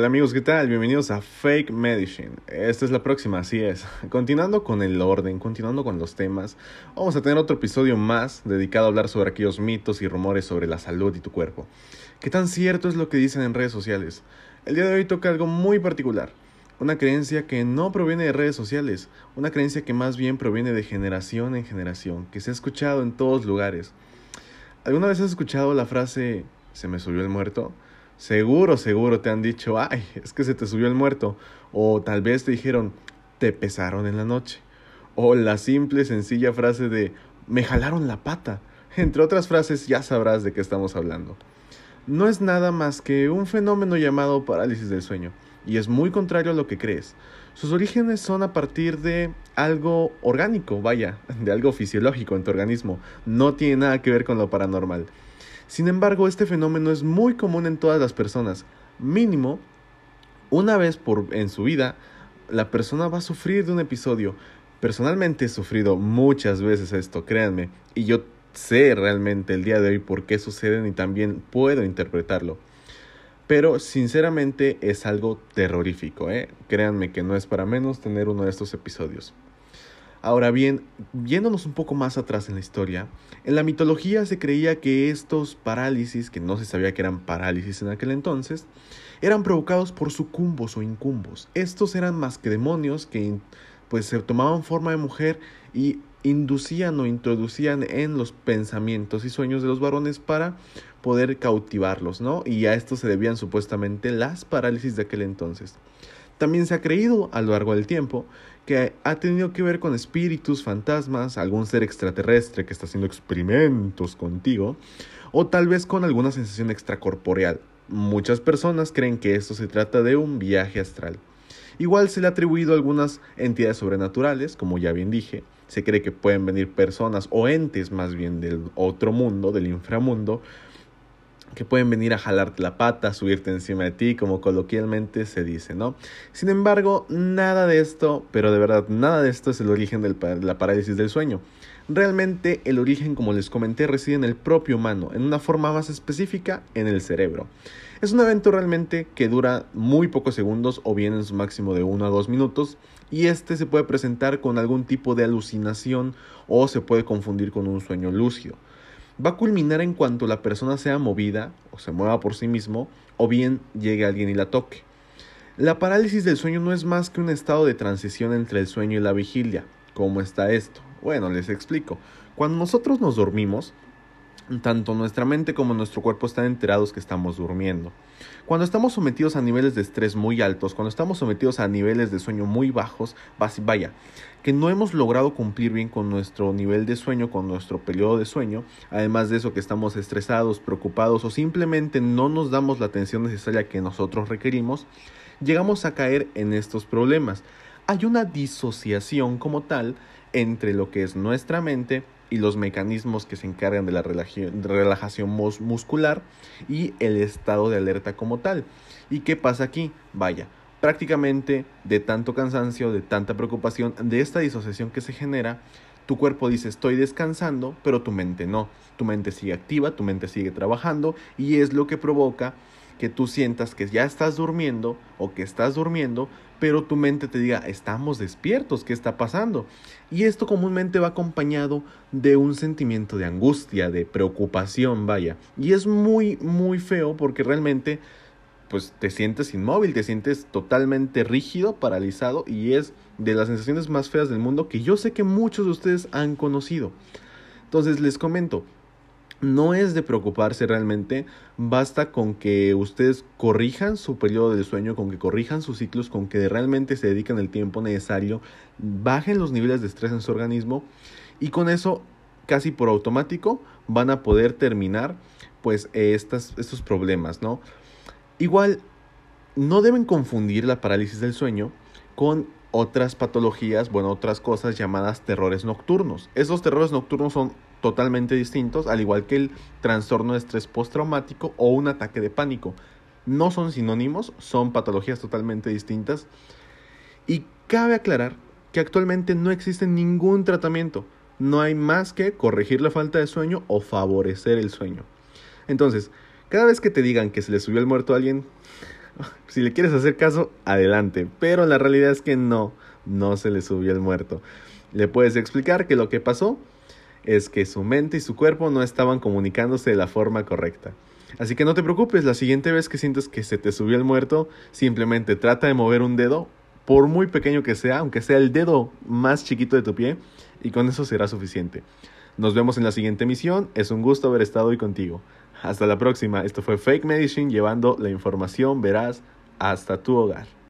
Hola amigos, ¿qué tal? Bienvenidos a Fake Medicine. Esta es la próxima, así es. Continuando con el orden, continuando con los temas, vamos a tener otro episodio más dedicado a hablar sobre aquellos mitos y rumores sobre la salud y tu cuerpo. ¿Qué tan cierto es lo que dicen en redes sociales? El día de hoy toca algo muy particular. Una creencia que no proviene de redes sociales, una creencia que más bien proviene de generación en generación, que se ha escuchado en todos lugares. ¿Alguna vez has escuchado la frase "se me subió el muerto"? Seguro te han dicho, ay, es que se te subió el muerto. O tal vez te dijeron, te pesaron en la noche. O la simple, sencilla frase de, me jalaron la pata. Entre otras frases, ya sabrás de qué estamos hablando. No es nada más que un fenómeno llamado parálisis del sueño. Y es muy contrario a lo que crees. Sus orígenes son a partir de algo orgánico, vaya, de algo fisiológico en tu organismo. No tiene nada que ver con lo paranormal. Sin embargo, este fenómeno es muy común en todas las personas. Mínimo, una vez en su vida, la persona va a sufrir de un episodio. Personalmente he sufrido muchas veces esto, créanme. Y yo sé realmente el día de hoy por qué suceden y también puedo interpretarlo. Pero sinceramente es algo terrorífico, ¿eh? Créanme que no es para menos tener uno de estos episodios. Ahora bien, yéndonos un poco más atrás en la historia, en la mitología se creía que estos parálisis, que no se sabía que eran parálisis en aquel entonces, eran provocados por sucumbos o incumbos. Estos eran más que demonios que pues se tomaban forma de mujer y inducían o introducían en los pensamientos y sueños de los varones para poder cautivarlos, ¿no? Y a esto se debían supuestamente las parálisis de aquel entonces. También se ha creído a lo largo del tiempo que ha tenido que ver con espíritus, fantasmas, algún ser extraterrestre que está haciendo experimentos contigo, o tal vez con alguna sensación extracorporeal. Muchas personas creen que esto se trata de un viaje astral. Igual se le ha atribuido a algunas entidades sobrenaturales, como ya bien dije. Se cree que pueden venir personas o entes más bien del otro mundo, del inframundo, que pueden venir a jalarte la pata, subirte encima de ti, como coloquialmente se dice, ¿no? Sin embargo, nada de esto, pero de verdad, nada de esto es el origen de la parálisis del sueño. Realmente, el origen, como les comenté, reside en el propio humano, en una forma más específica, en el cerebro. Es un evento realmente que dura muy pocos segundos o bien en su máximo de 1 a 2 minutos, y este se puede presentar con algún tipo de alucinación o se puede confundir con un sueño lúcido. Va a culminar en cuanto la persona sea movida o se mueva por sí mismo o bien llegue alguien y la toque. La parálisis del sueño no es más que un estado de transición entre el sueño y la vigilia. ¿Cómo está esto? Bueno, les explico. Cuando nosotros nos dormimos, tanto nuestra mente como nuestro cuerpo están enterados que estamos durmiendo. Cuando estamos sometidos a niveles de estrés muy altos, cuando estamos sometidos a niveles de sueño muy bajos, vaya, que no hemos logrado cumplir bien con nuestro nivel de sueño, con nuestro periodo de sueño, además de eso que estamos estresados, preocupados o simplemente no nos damos la atención necesaria que nosotros requerimos, llegamos a caer en estos problemas. Hay una disociación como tal entre lo que es nuestra mente y los mecanismos que se encargan de la relajación muscular y el estado de alerta como tal. ¿Y qué pasa aquí? Vaya, prácticamente de tanto cansancio, de tanta preocupación, de esta disociación que se genera, tu cuerpo dice estoy descansando, pero tu mente no. Tu mente sigue activa, tu mente sigue trabajando y es lo que provoca que tú sientas que ya estás durmiendo o que estás durmiendo, pero tu mente te diga, estamos despiertos, ¿qué está pasando? Y esto comúnmente va acompañado de un sentimiento de angustia, de preocupación, vaya. Y es muy, muy feo porque realmente pues te sientes inmóvil, te sientes totalmente rígido, paralizado y es de las sensaciones más feas del mundo que yo sé que muchos de ustedes han conocido. Entonces les comento, no es de preocuparse realmente, basta con que ustedes corrijan su periodo de sueño, con que corrijan sus ciclos, con que realmente se dediquen el tiempo necesario, bajen los niveles de estrés en su organismo y con eso casi por automático van a poder terminar pues estos problemas, ¿no? Igual no deben confundir la parálisis del sueño con otras patologías, otras cosas llamadas terrores nocturnos. Esos terrores nocturnos son totalmente distintos, al igual que el trastorno de estrés postraumático o un ataque de pánico. No son sinónimos, son patologías totalmente distintas. Y cabe aclarar que actualmente no existe ningún tratamiento. No hay más que corregir la falta de sueño o favorecer el sueño. Entonces, cada vez que te digan que se le subió el muerto a alguien, Si le quieres hacer caso, adelante. Pero la realidad es que no se le subió el muerto. Le puedes explicar que lo que pasó es que su mente y su cuerpo no estaban comunicándose de la forma correcta. Así que no te preocupes, la siguiente vez que sientas que se te subió el muerto, simplemente trata de mover un dedo, por muy pequeño que sea, aunque sea el dedo más chiquito de tu pie, y con eso será suficiente. Nos vemos en la siguiente emisión, es un gusto haber estado hoy contigo. Hasta la próxima, esto fue Fake Medicine llevando la información veraz hasta tu hogar.